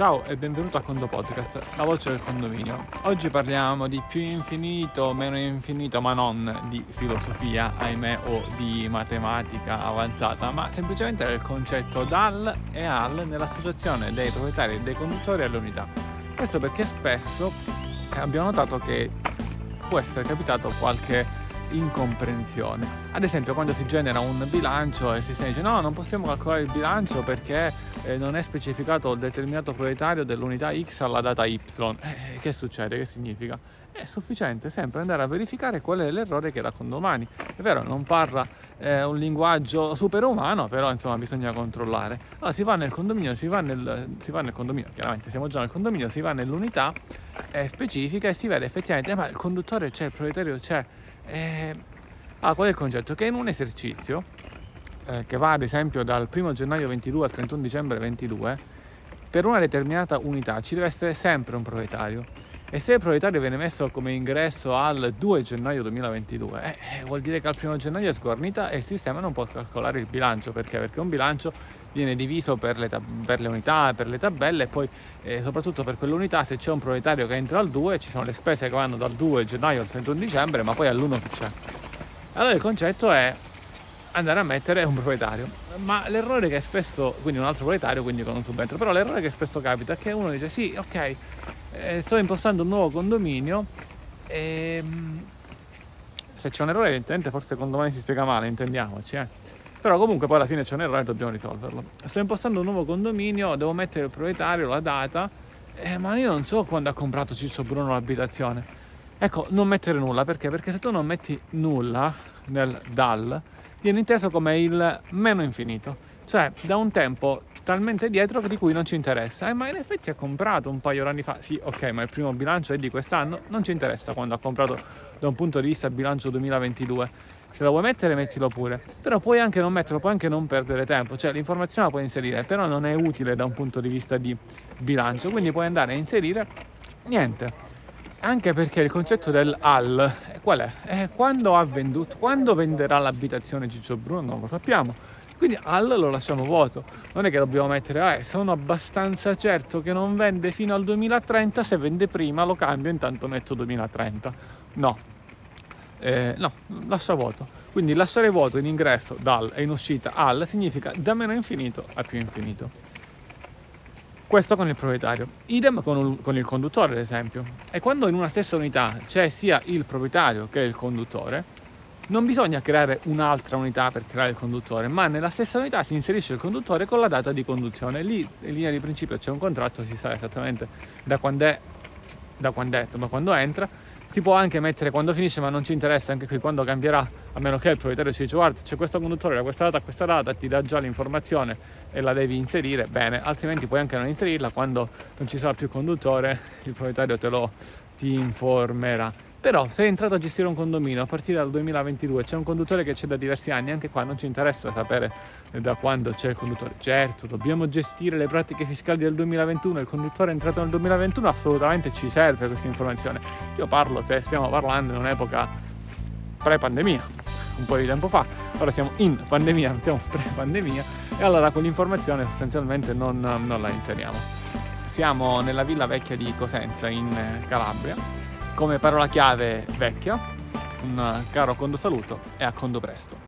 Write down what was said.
Ciao e benvenuto a Condo Podcast, la voce del condominio. Oggi parliamo di più infinito, meno infinito, ma non di filosofia, ahimè, o di matematica avanzata, ma semplicemente del concetto DAL e AL nell'associazione dei proprietari e dei conduttori alle unità. Questo perché spesso abbiamo notato che può essere capitato qualche incomprensione. Ad esempio, quando si genera un bilancio e si dice no, non possiamo calcolare il bilancio perché non è specificato il determinato proprietario dell'unità X alla data Y. Che succede? Che significa? È sufficiente sempre andare a verificare qual è l'errore che da condomani. È vero, non parla un linguaggio superumano, però insomma bisogna controllare. Allora si va nel condominio, si va nel condominio, chiaramente siamo già nel condominio, si va nell'unità specifica e si vede effettivamente, ma il conduttore c'è, il proprietario c'è. Qual è il concetto? Che in un esercizio che va ad esempio dal 1 gennaio 22 al 31 dicembre 22, per una determinata unità ci deve essere sempre un proprietario, e se il proprietario viene messo come ingresso al 2 gennaio 2022 vuol dire che al 1 gennaio è sguarnita e il sistema non può calcolare il bilancio. Perché un bilancio viene diviso per le unità, per le tabelle, e poi soprattutto per quell'unità, se c'è un proprietario che entra al 2 ci sono le spese che vanno dal 2 gennaio al 31 dicembre, ma poi all'1 che c'è. Allora il concetto è andare a mettere un proprietario, ma l'errore che spesso, quindi un altro proprietario, quindi con un subentro, però l'errore che spesso capita è che uno dice sì, ok, sto impostando un nuovo condominio e se c'è un errore evidentemente forse condomani si spiega male, intendiamoci, però comunque poi alla fine c'è un errore e dobbiamo risolverlo. Sto impostando un nuovo condominio, devo mettere il proprietario, la data, ma io non so quando ha comprato Ciccio Bruno l'abitazione. Ecco, non mettere nulla, perché se tu non metti nulla nel DAL viene inteso come il meno infinito, cioè da un tempo talmente dietro di cui non ci interessa. Ma in effetti ha comprato un paio d'anni fa, sì, ok, ma il primo bilancio è di quest'anno, non ci interessa quando ha comprato da un punto di vista bilancio 2022. Se lo vuoi mettere, mettilo pure, però puoi anche non metterlo, puoi anche non perdere tempo, cioè l'informazione la puoi inserire, però non è utile da un punto di vista di bilancio, quindi puoi andare a inserire niente. Anche perché il concetto del AL qual è? Quando ha venduto, quando venderà l'abitazione Ciccio Bruno non lo sappiamo. Quindi AL lo lasciamo vuoto. Non è che dobbiamo mettere, sono abbastanza certo che non vende fino al 2030, se vende prima lo cambio, intanto metto 2030. No, lascia vuoto. Quindi lasciare vuoto in ingresso DAL e in uscita AL significa da meno infinito a più infinito. Questo con il proprietario, idem con il conduttore ad esempio. E quando in una stessa unità c'è sia il proprietario che il conduttore, non bisogna creare un'altra unità per creare il conduttore, ma nella stessa unità si inserisce il conduttore con la data di conduzione. Lì in linea di principio c'è un contratto, si sa esattamente da quando entra. Si può anche mettere quando finisce, ma non ci interessa anche qui quando cambierà, a meno che il proprietario ci dice guarda c'è questo conduttore da questa data a questa data, ti dà già l'informazione e la devi inserire, bene, altrimenti puoi anche non inserirla. Quando non ci sarà più conduttore il proprietario ti informerà. Però se è entrato a gestire un condominio a partire dal 2022, c'è un conduttore che c'è da diversi anni, anche qua non ci interessa sapere da quando c'è il conduttore. Certo, dobbiamo gestire le pratiche fiscali del 2021, il conduttore è entrato nel 2021, assolutamente ci serve questa informazione. Io parlo, se stiamo parlando in un'epoca pre-pandemia, un po' di tempo fa, ora siamo in pandemia, non siamo pre-pandemia, e allora quell'informazione sostanzialmente non la inseriamo. Siamo nella Villa Vecchia di Cosenza in Calabria. Come parola chiave vecchia, un caro Condo saluto e a Condo presto.